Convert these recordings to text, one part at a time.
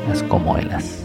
ez komoly lesz.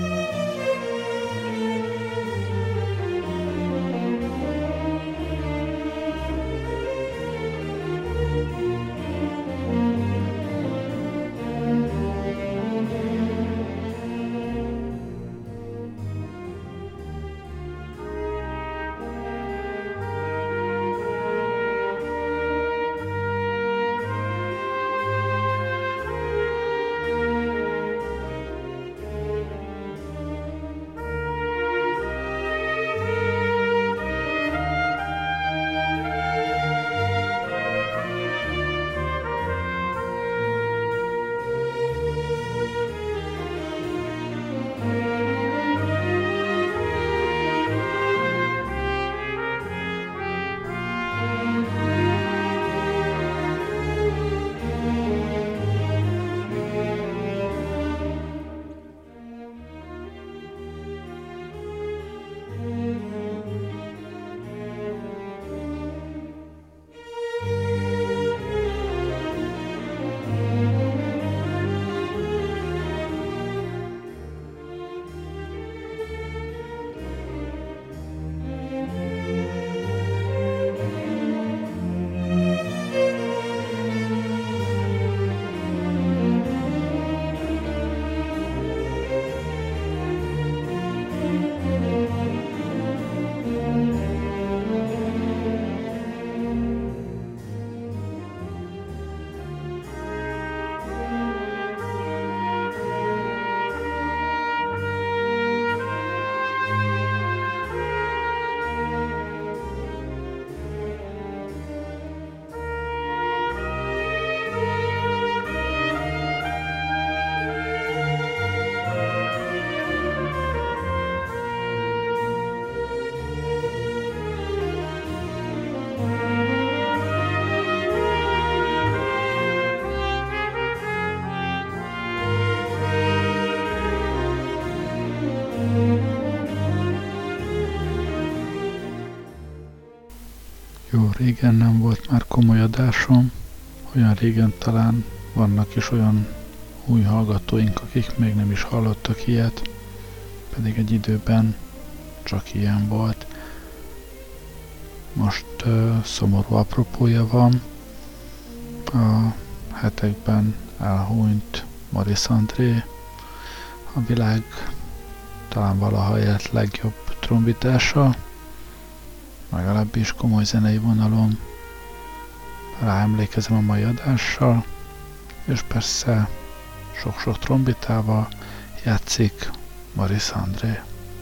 Jó, régen nem volt már komoly adásom, olyan régen talán vannak is olyan új hallgatóink, akik még nem is hallottak ilyet, pedig egy időben csak ilyen volt. Most szomorú apropója van, a hetekben elhunyt Maurice André, a világ talán valaha élt legjobb trombitása, legalábbis komoly zenei vonalon. Ráemlékezem a mai adással, és persze sok-sok trombitával játszik Maurice André.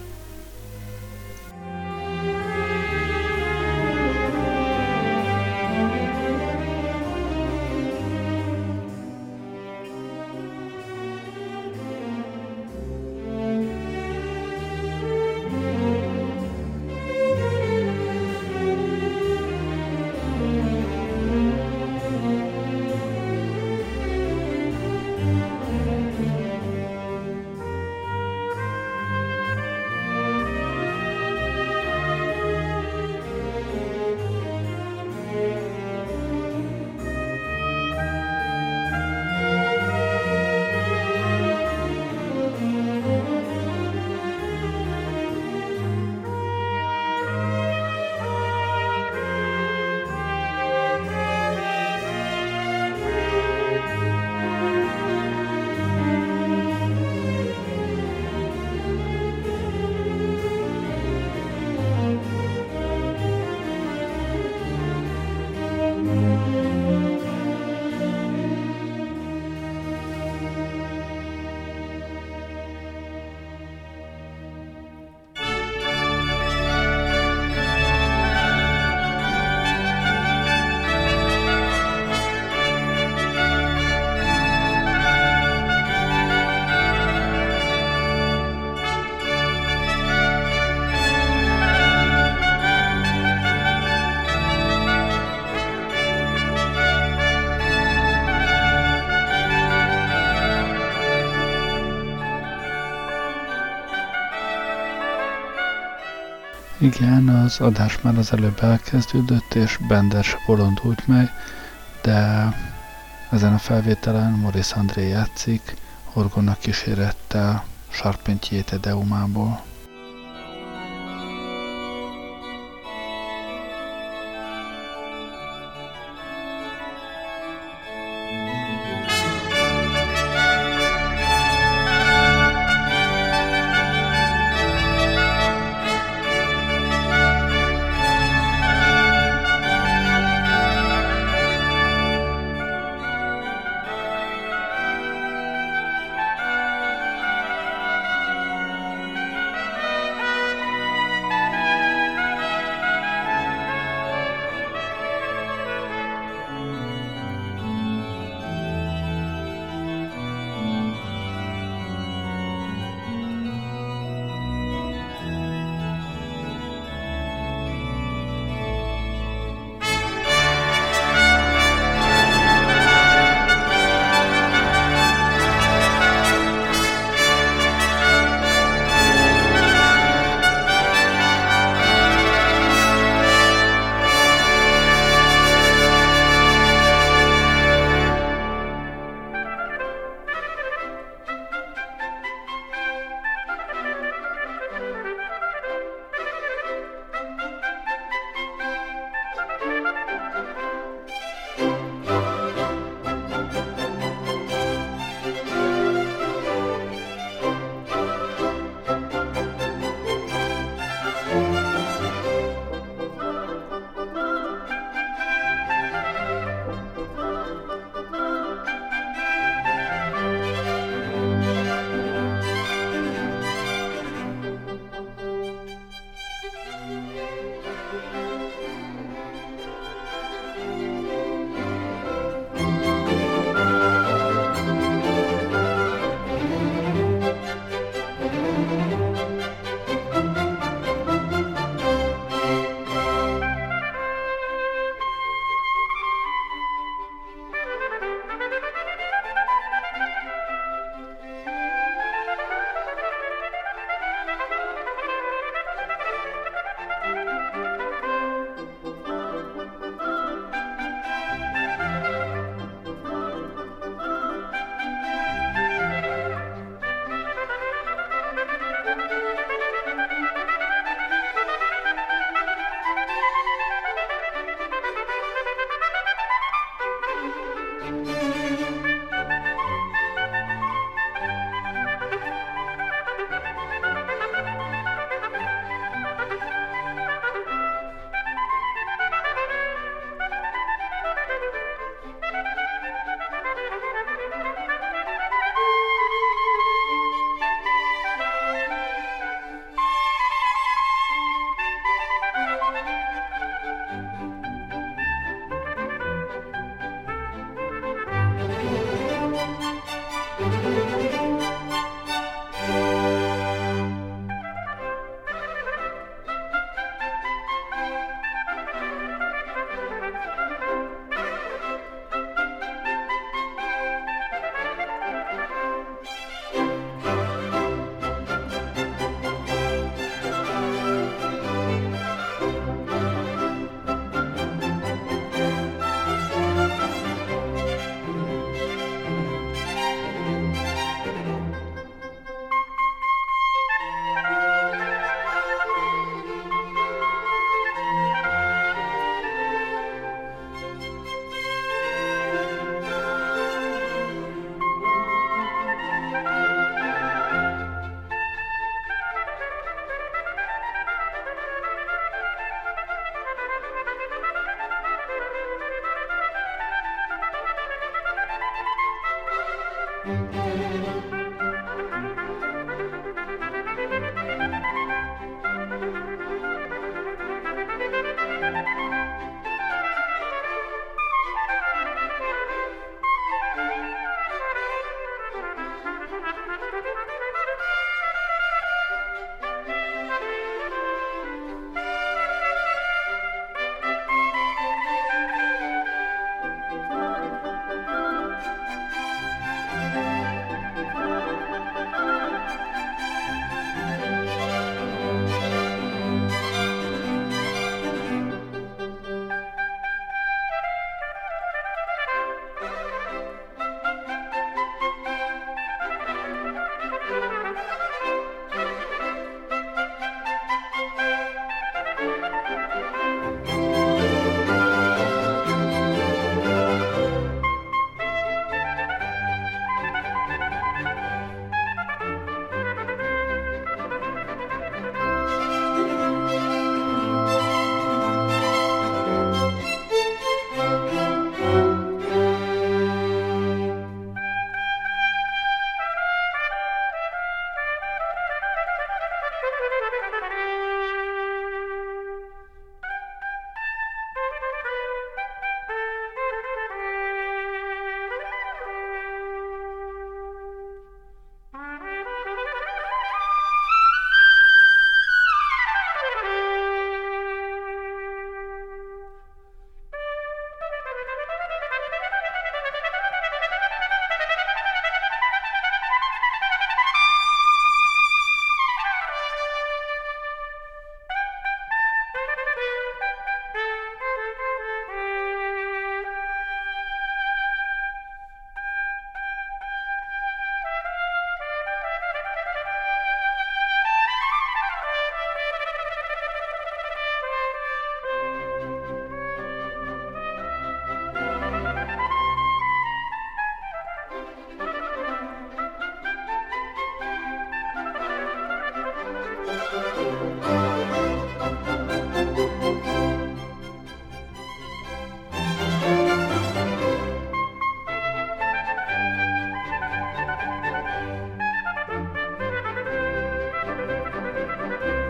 Igen, az adás már az előbb elkezdődött, és Bender se bolondult meg, de ezen a felvételen Maurice André játszik orgona kísérettel Charpentier Deumából.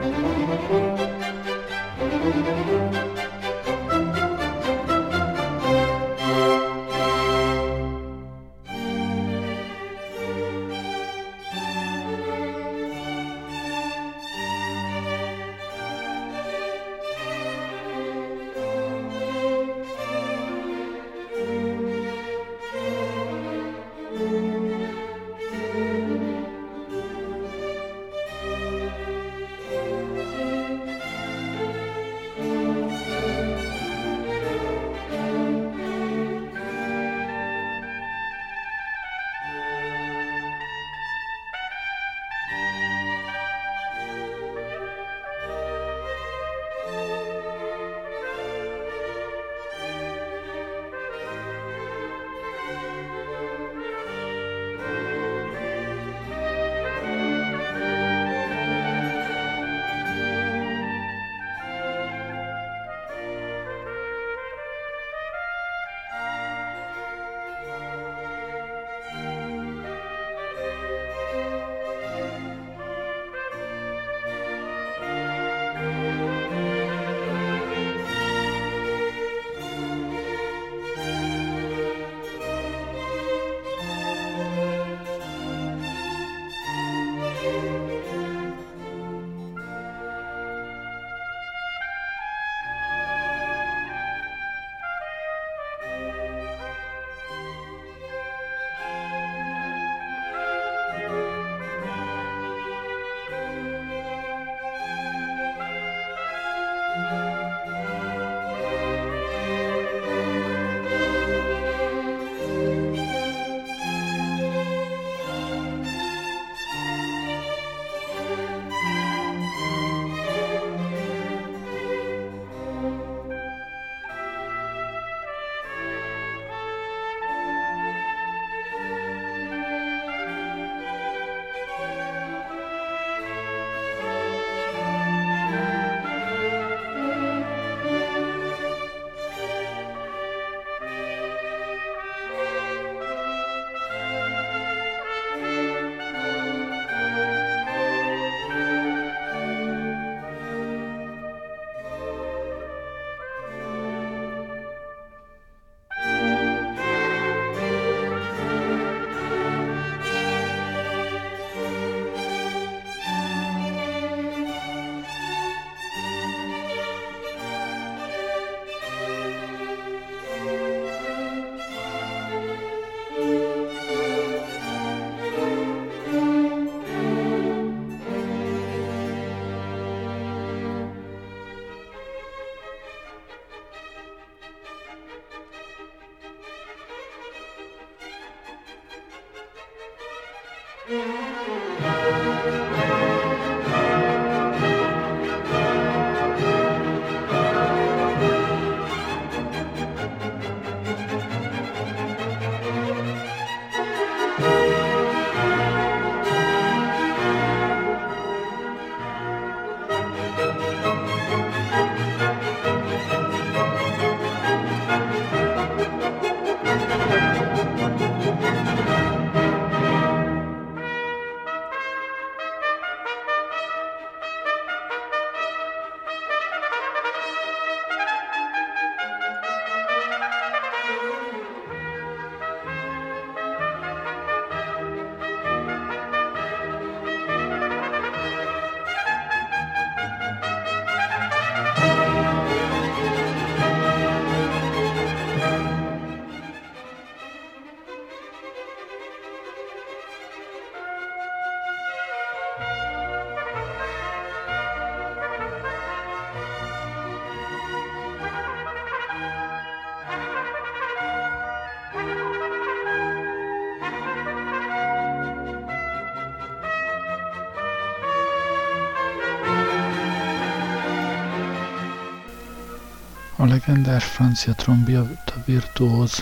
A legendás francia trombita virtuóz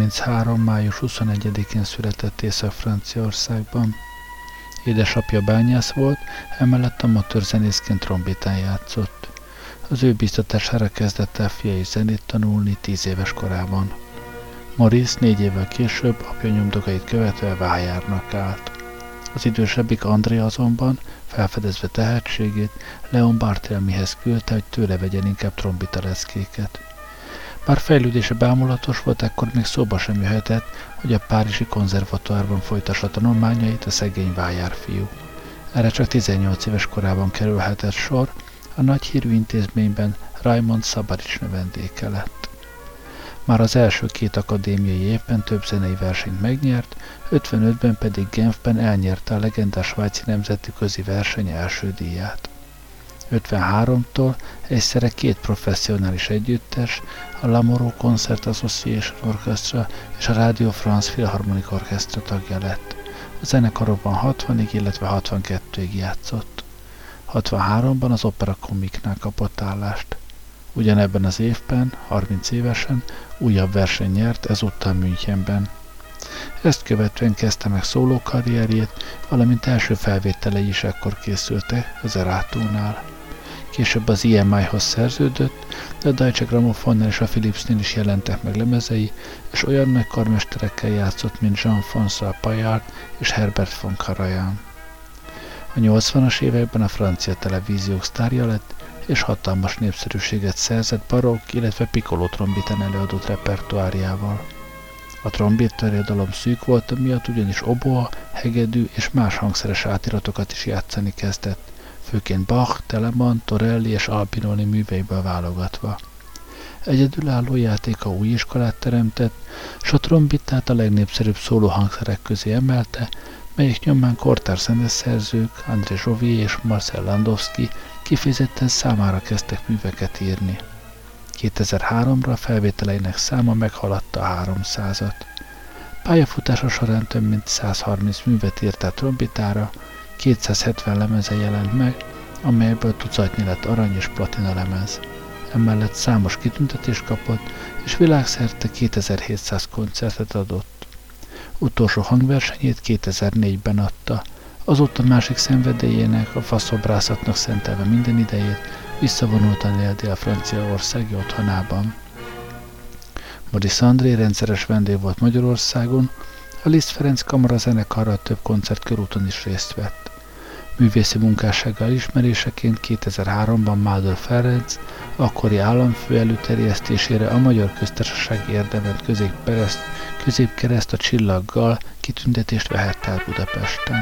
33. május 21-én született Észak-Franciaországban. Édesapja bányász volt, emellett amatőr zenészként trombitán játszott. Az ő biztatására kezdett el fia is zenét tanulni 10 éves korában. Maurice 4 évvel később apja nyomdokait követve vájárnak állt. Az idősebbik André azonban, felfedezve tehetségét, Leon Barthelmihez küldte, hogy tőle vegyen inkább trombita leckéket. Bár fejlődése bámulatos volt, ekkor még szóba sem jöhetett, hogy a párizsi konzervatóriumban folytassa tanulmányait a szegény vájárfiú. Erre csak 18 éves korában kerülhetett sor, a nagy hírű intézményben Raymond Szabarics növendéke lett. Már az első 2 akadémiai évben több zenei versenyt megnyert, 55-ben pedig Genfben elnyerte a legendás svájci nemzetközi verseny első díját. 53-tól egyszerre 2 professzionális együttes, a Lamoureux Concert Association Orchestra és a Radio France Philharmonic Orchestra tagja lett. A zenekarokban 60-ig, illetve 62-ig játszott. 63-ban az Opera Comique-nál kapott állást. Ugyanebben az évben, 30 évesen, újabb verseny nyert, ezúttal Münchenben. Ezt követően kezdte meg szóló karrierjét, valamint első felvételei is ekkor készültek az Eratónál. Később az EMI-hoz szerződött, de a Deutsche Grammophonnál és a Philipsnél is jelentek meg lemezei, és olyan nagy karmesterekkel játszott, mint Jean-François Paillard és Herbert von Karajan. A 80-as években a francia televíziók sztárja lett, és hatalmas népszerűséget szerzett barokk, illetve piccolo trombitán előadott repertoárjával. A trombitterjedelom szűk volt, miatt ugyanis oboa, hegedű és más hangszeres átiratokat is játszani kezdett, főként Bach, Telemann, Torelli és Albinoni műveiből válogatva. Egyedülálló játéka új iskolát teremtett, s a trombitát a legnépszerűbb szólóhangszerek közé emelte, melyek nyomán kortárs zeneszerzők, André Jovier és Marcel Landowski kifejezetten számára kezdtek műveket írni. 2003-ra felvételeinek száma meghaladta a 300-at. Pályafutása során több mint 130 művet írt a trombitára, 270 lemeze jelent meg, amelyből tucatnyi lett arany és platina lemez. Emellett számos kitüntetést kapott, és világszerte 2700 koncertet adott. Utolsó hangversenyét 2004-ben adta, azóta másik szenvedélyének, a faszobrászatnak szentelve minden idejét, visszavonultan él Dél-Franciaországi otthonában. Maurice André rendszeres vendég volt Magyarországon, a Liszt Ferenc Kamara zenekarral több koncertkörúton is részt vett. Művészi munkássággal ismeréseként 2003-ban Mádor Ferenc akkori államfő előterjesztésére a Magyar Köztársaság érdemelt középkereszt a csillaggal kitüntetést vehett el Budapesten.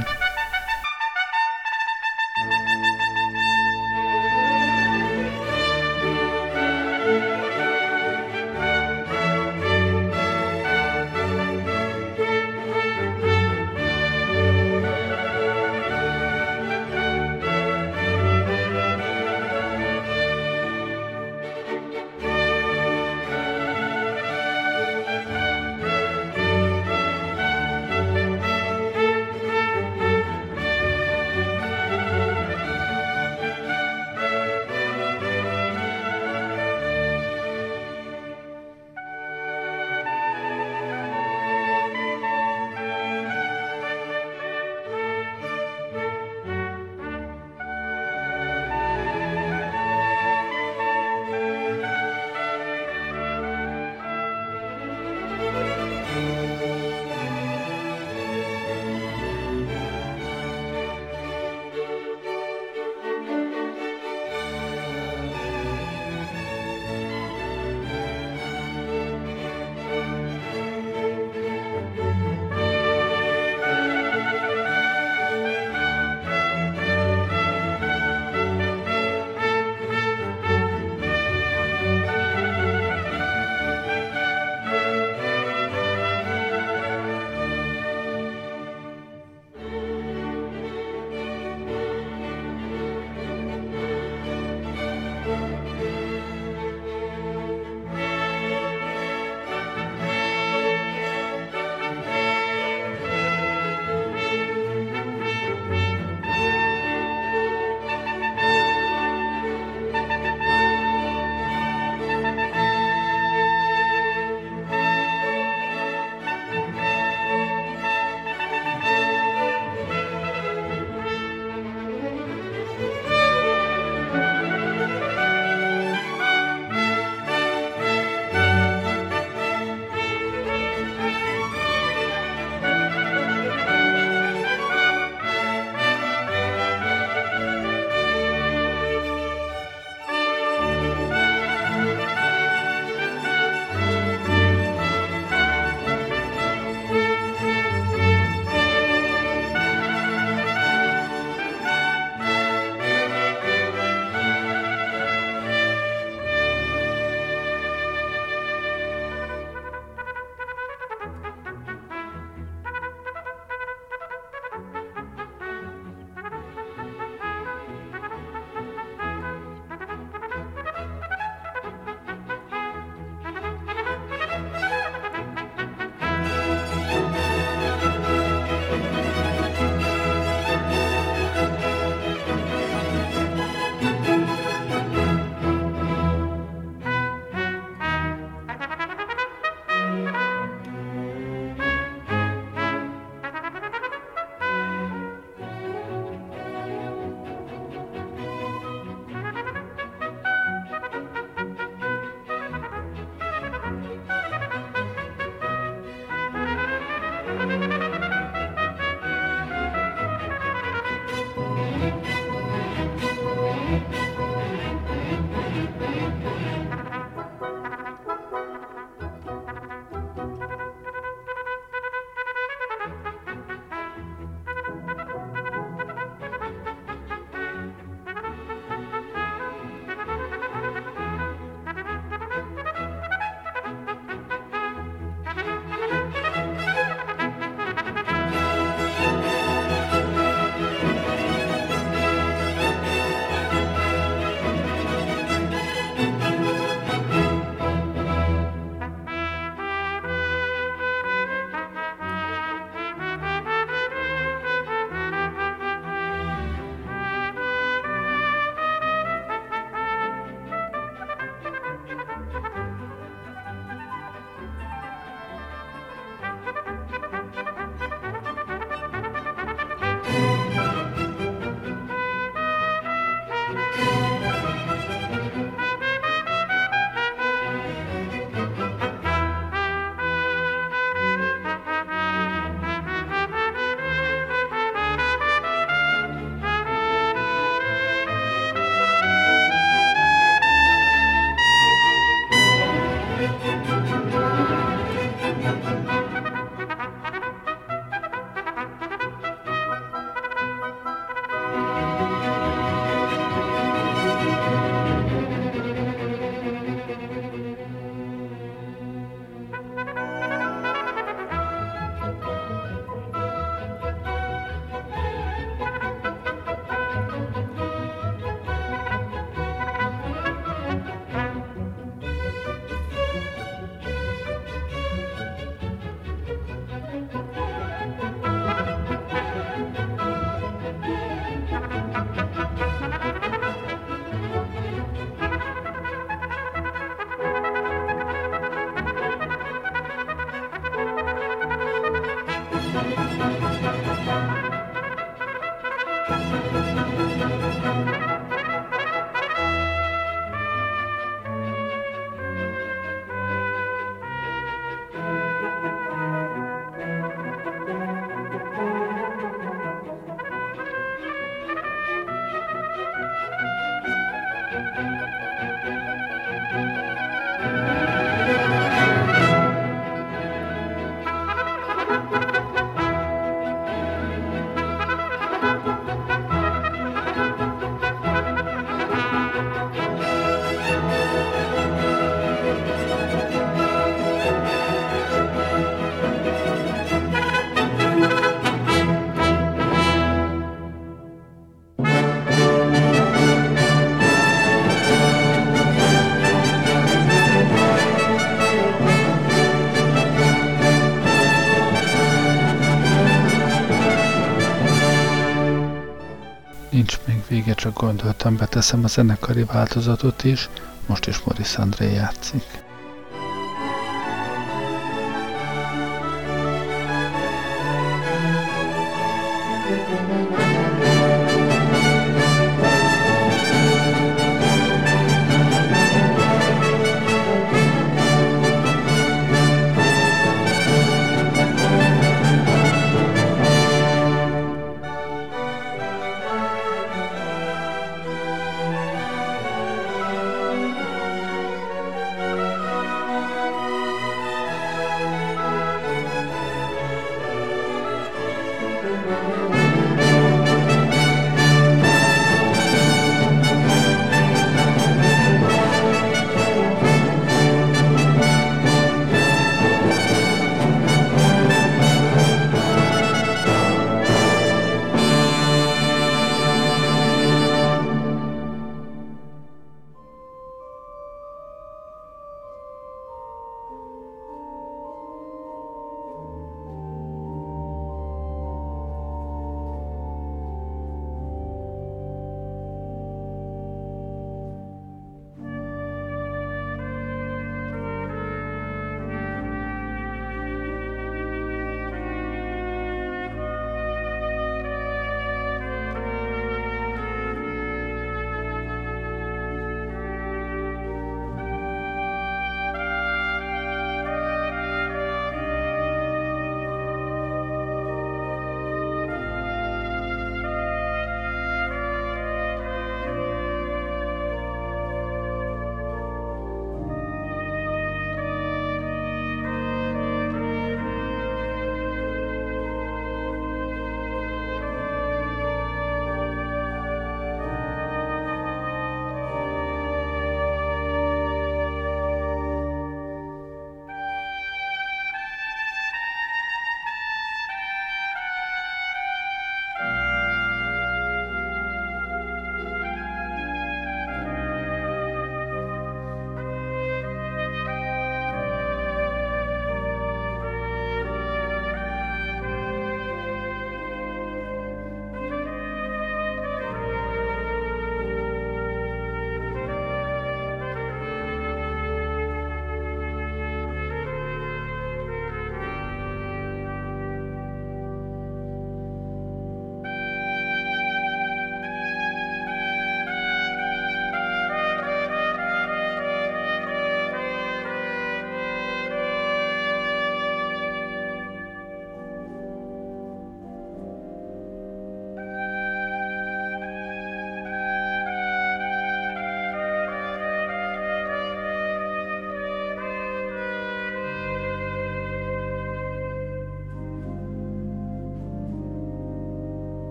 Nincs még vége, csak gondoltam, beteszem a zenekari változatot is, most is Maurice André játszik.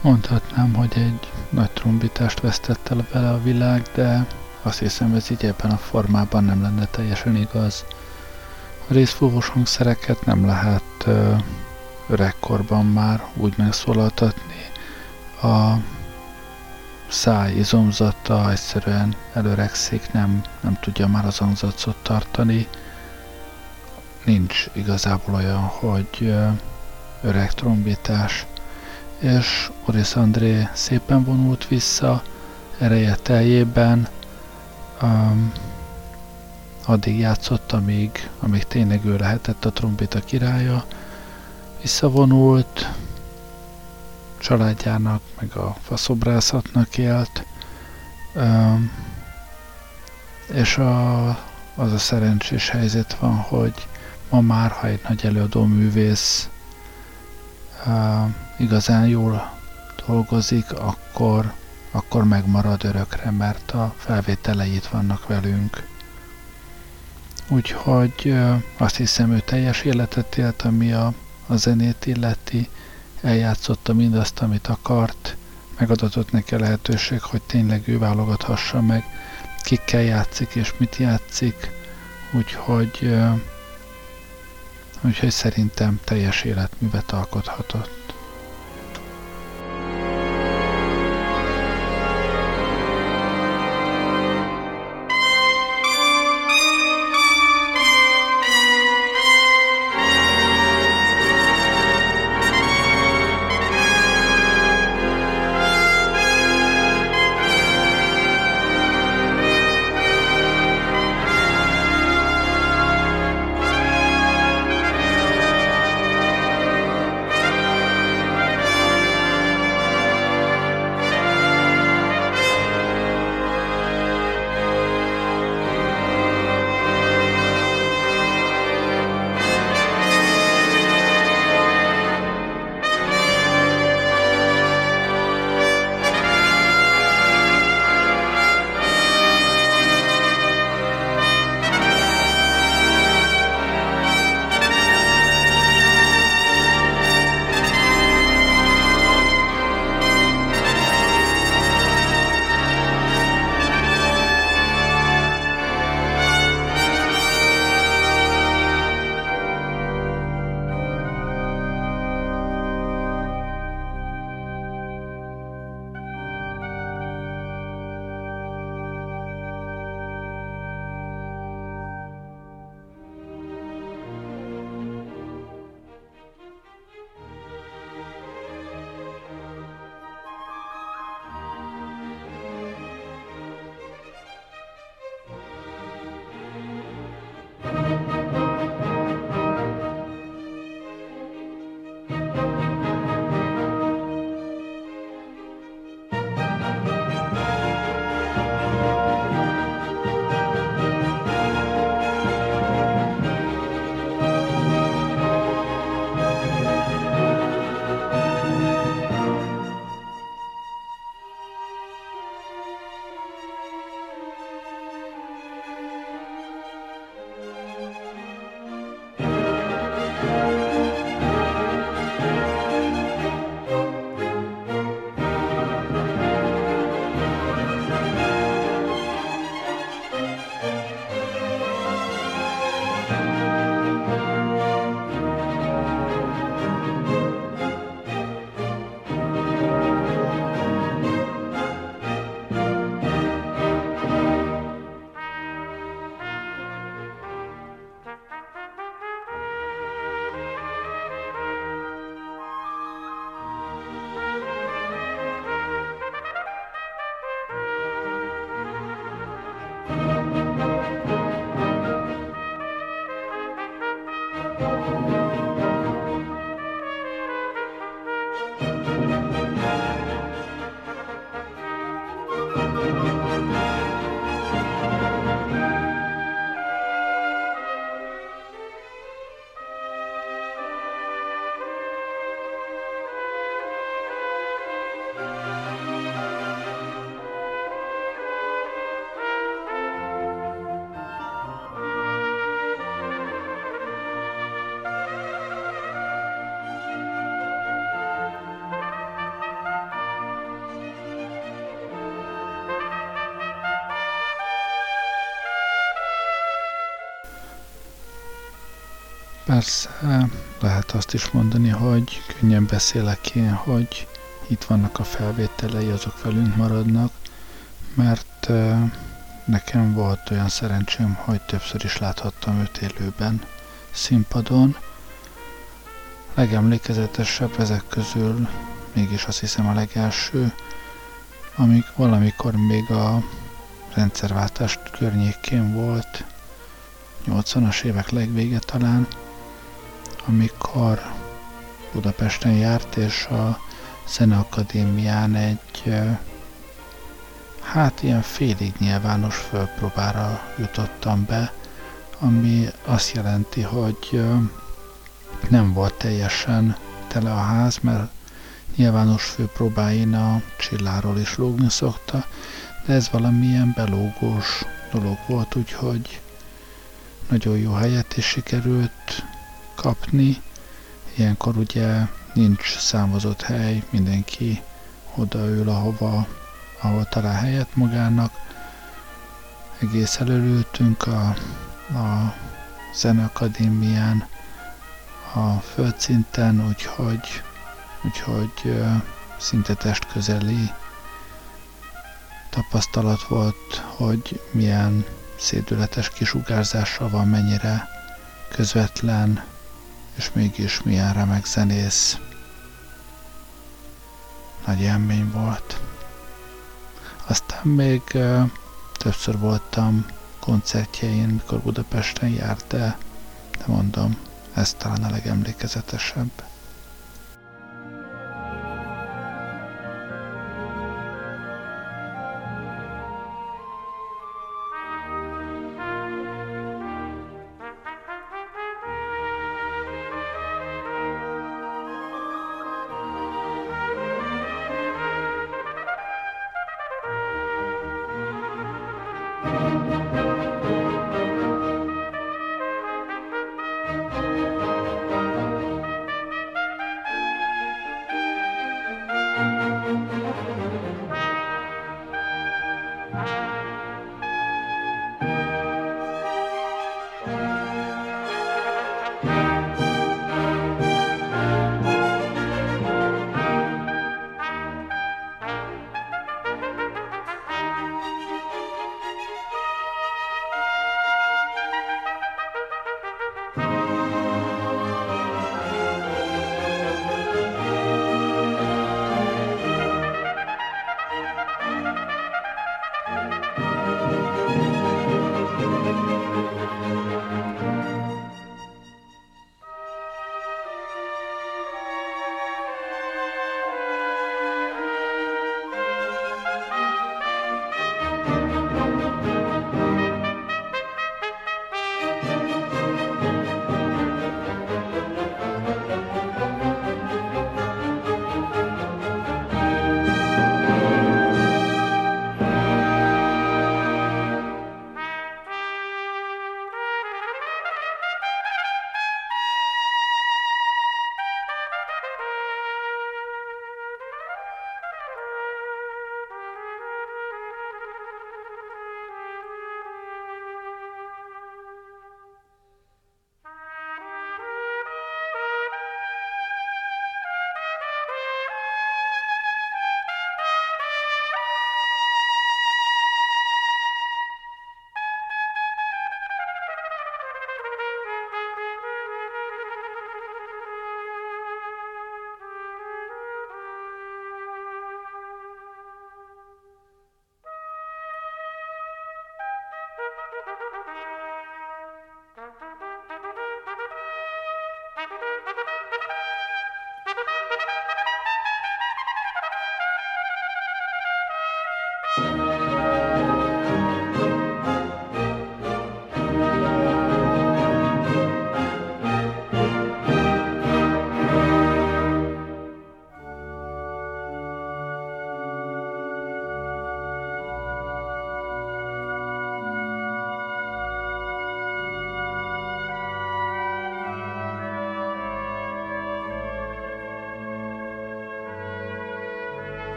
Mondhatnám, hogy egy nagy trombitást vesztett el vele a világ, de azt hiszem, ez így ebben a formában nem lenne teljesen igaz. A részfúvós hangszereket nem lehet öregkorban már úgy megszólaltatni. A száj izomzata egyszerűen előregszik, nem tudja már az hangzacot tartani. Nincs igazából olyan, hogy öreg trombitás. És Boris André szépen vonult vissza, ereje teljében, addig játszott, amíg tényleg ő lehetett a trombita királya. Visszavonult, családjának, meg a faszobrászatnak élt, és az a szerencsés helyzet van, hogy ma már, ha egy nagy előadó művész igazán jól dolgozik, akkor megmarad örökre, mert a felvételei itt vannak velünk. Úgyhogy azt hiszem, ő teljes életet élt, ami a zenét illeti, eljátszotta mindazt, amit akart, megadatott neki a lehetőség, hogy tényleg ő válogathassa meg, kikkel játszik és mit játszik, úgyhogy szerintem teljes életművet alkothatott. Persze lehet azt is mondani, hogy könnyen beszélek én, hogy itt vannak a felvételei, azok velünk maradnak, mert nekem volt olyan szerencsém, hogy többször is láthattam őt élőben színpadon. Legemlékezetesebb ezek közül mégis azt hiszem a legelső, amíg valamikor még a rendszerváltás környékén volt, 80-as évek legvége talán, amikor Budapesten járt, és a Zeneakadémián egy ilyen félig nyilvános fölpróbára jutottam be, ami azt jelenti, hogy nem volt teljesen tele a ház, mert nyilvános főpróbáin a csilláról is lógni szokta, de ez valamilyen belógós dolog volt, úgyhogy nagyon jó helyet is sikerült kapni. Ilyenkor ugye nincs számozott hely, mindenki odaül, ahol talál helyet magának. Egész előültünk a Zeneakadémián, a földszinten, úgyhogy szinte testközeli tapasztalat volt, hogy milyen szédületes kisugárzással van, mennyire közvetlen, és mégis milyen remek zenész. Nagy élmény volt. Aztán még többször voltam koncertjein, mikor Budapesten járt, de mondom, ez talán a legemlékezetesebb.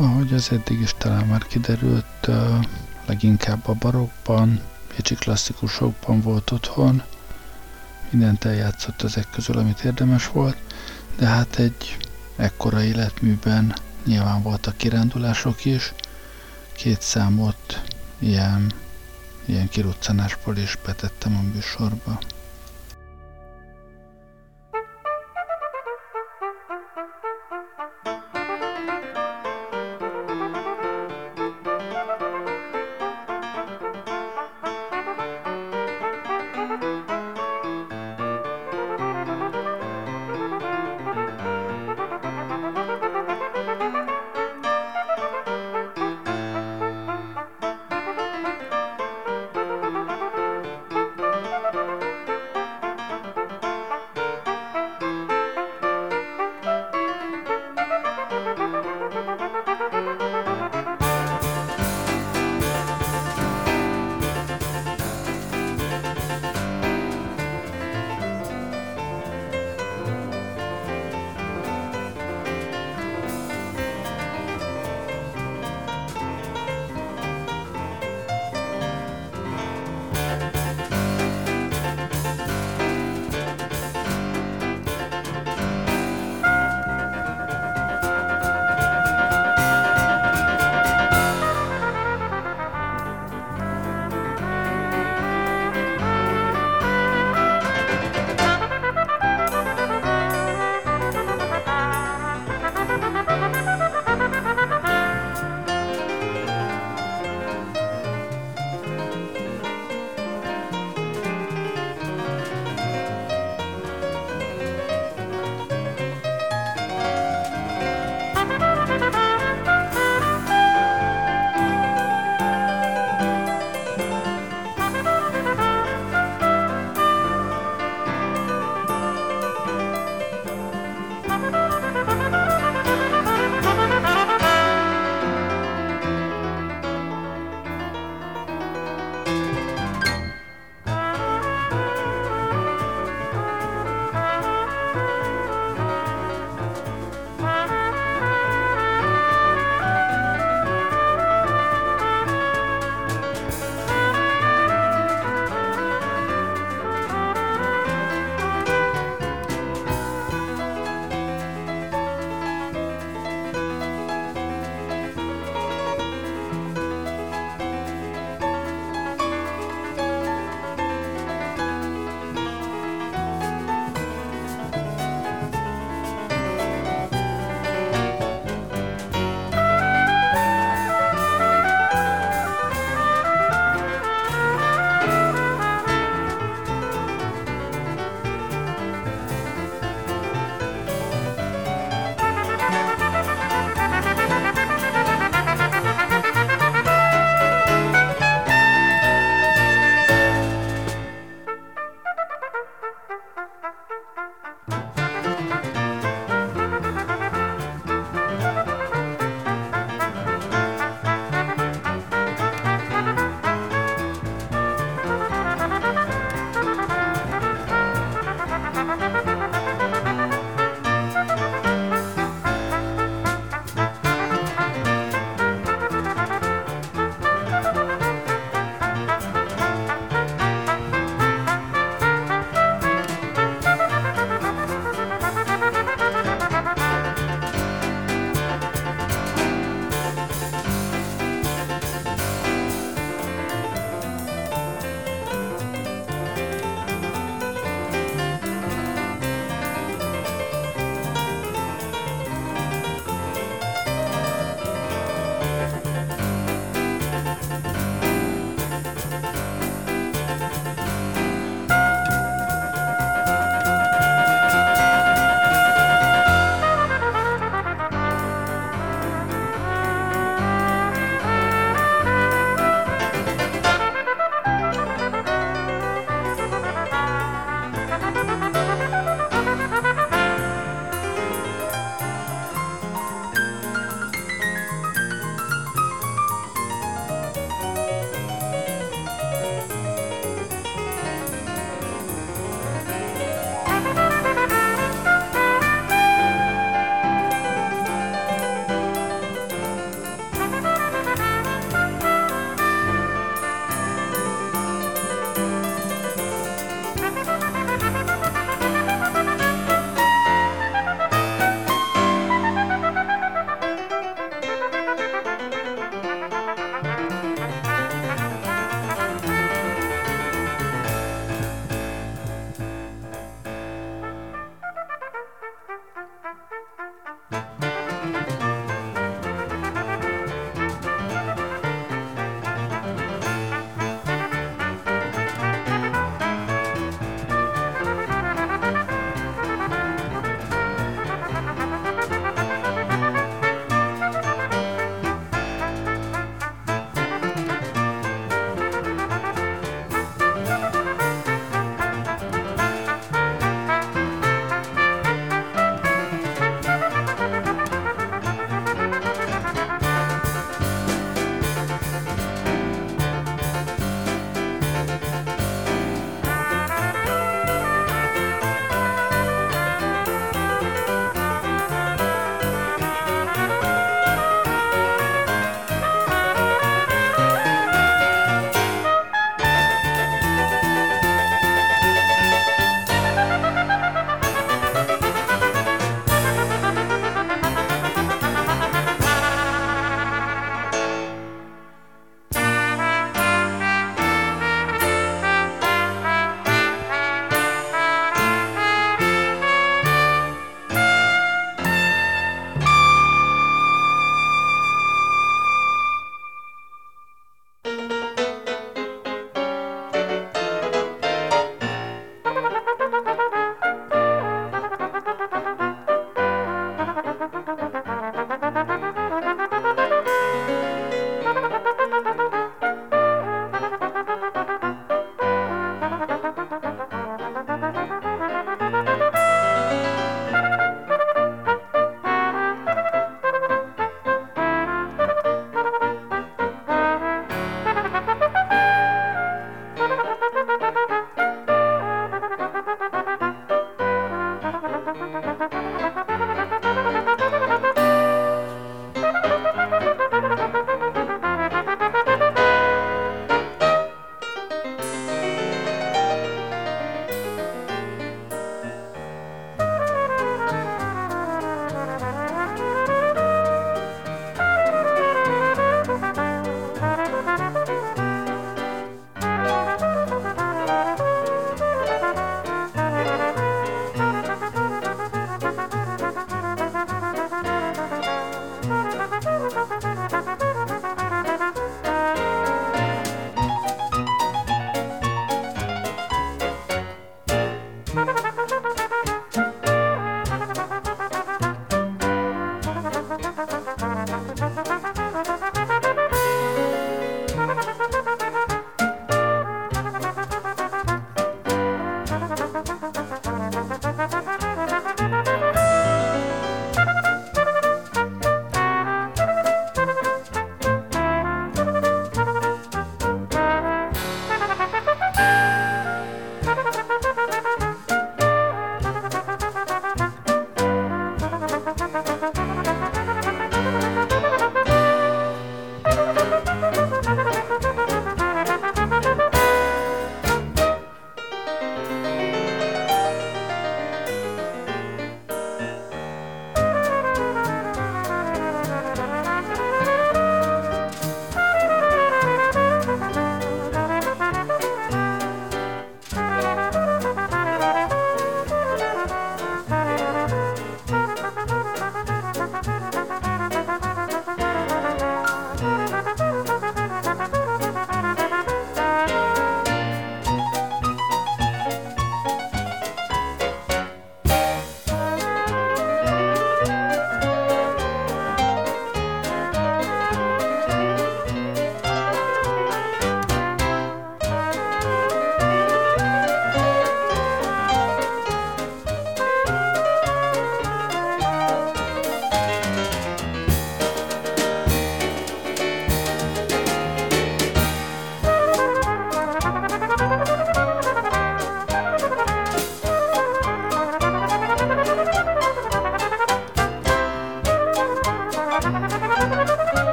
Ahogy az eddig is talán már kiderült, leginkább a barokkban, bécsi klasszikusokban volt otthon, mindent eljátszott ezek közül, amit érdemes volt, de hát egy ekkora életműben nyilván voltak kirándulások is, 2 számot ilyen kiruccanásból is betettem a műsorba.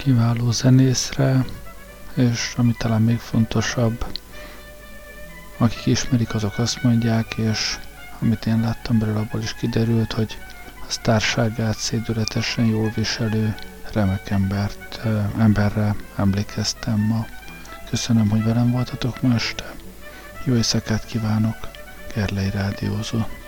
kiváló zenészre, és ami talán még fontosabb, akik ismerik, azok azt mondják, és amit én láttam belőle, abból is kiderült, hogy a sztárságát szédületesen jól viselő remek emberre emlékeztem ma. Köszönöm, hogy velem voltatok ma este. Jó éjszakát kívánok, Gerlei Rádiózó.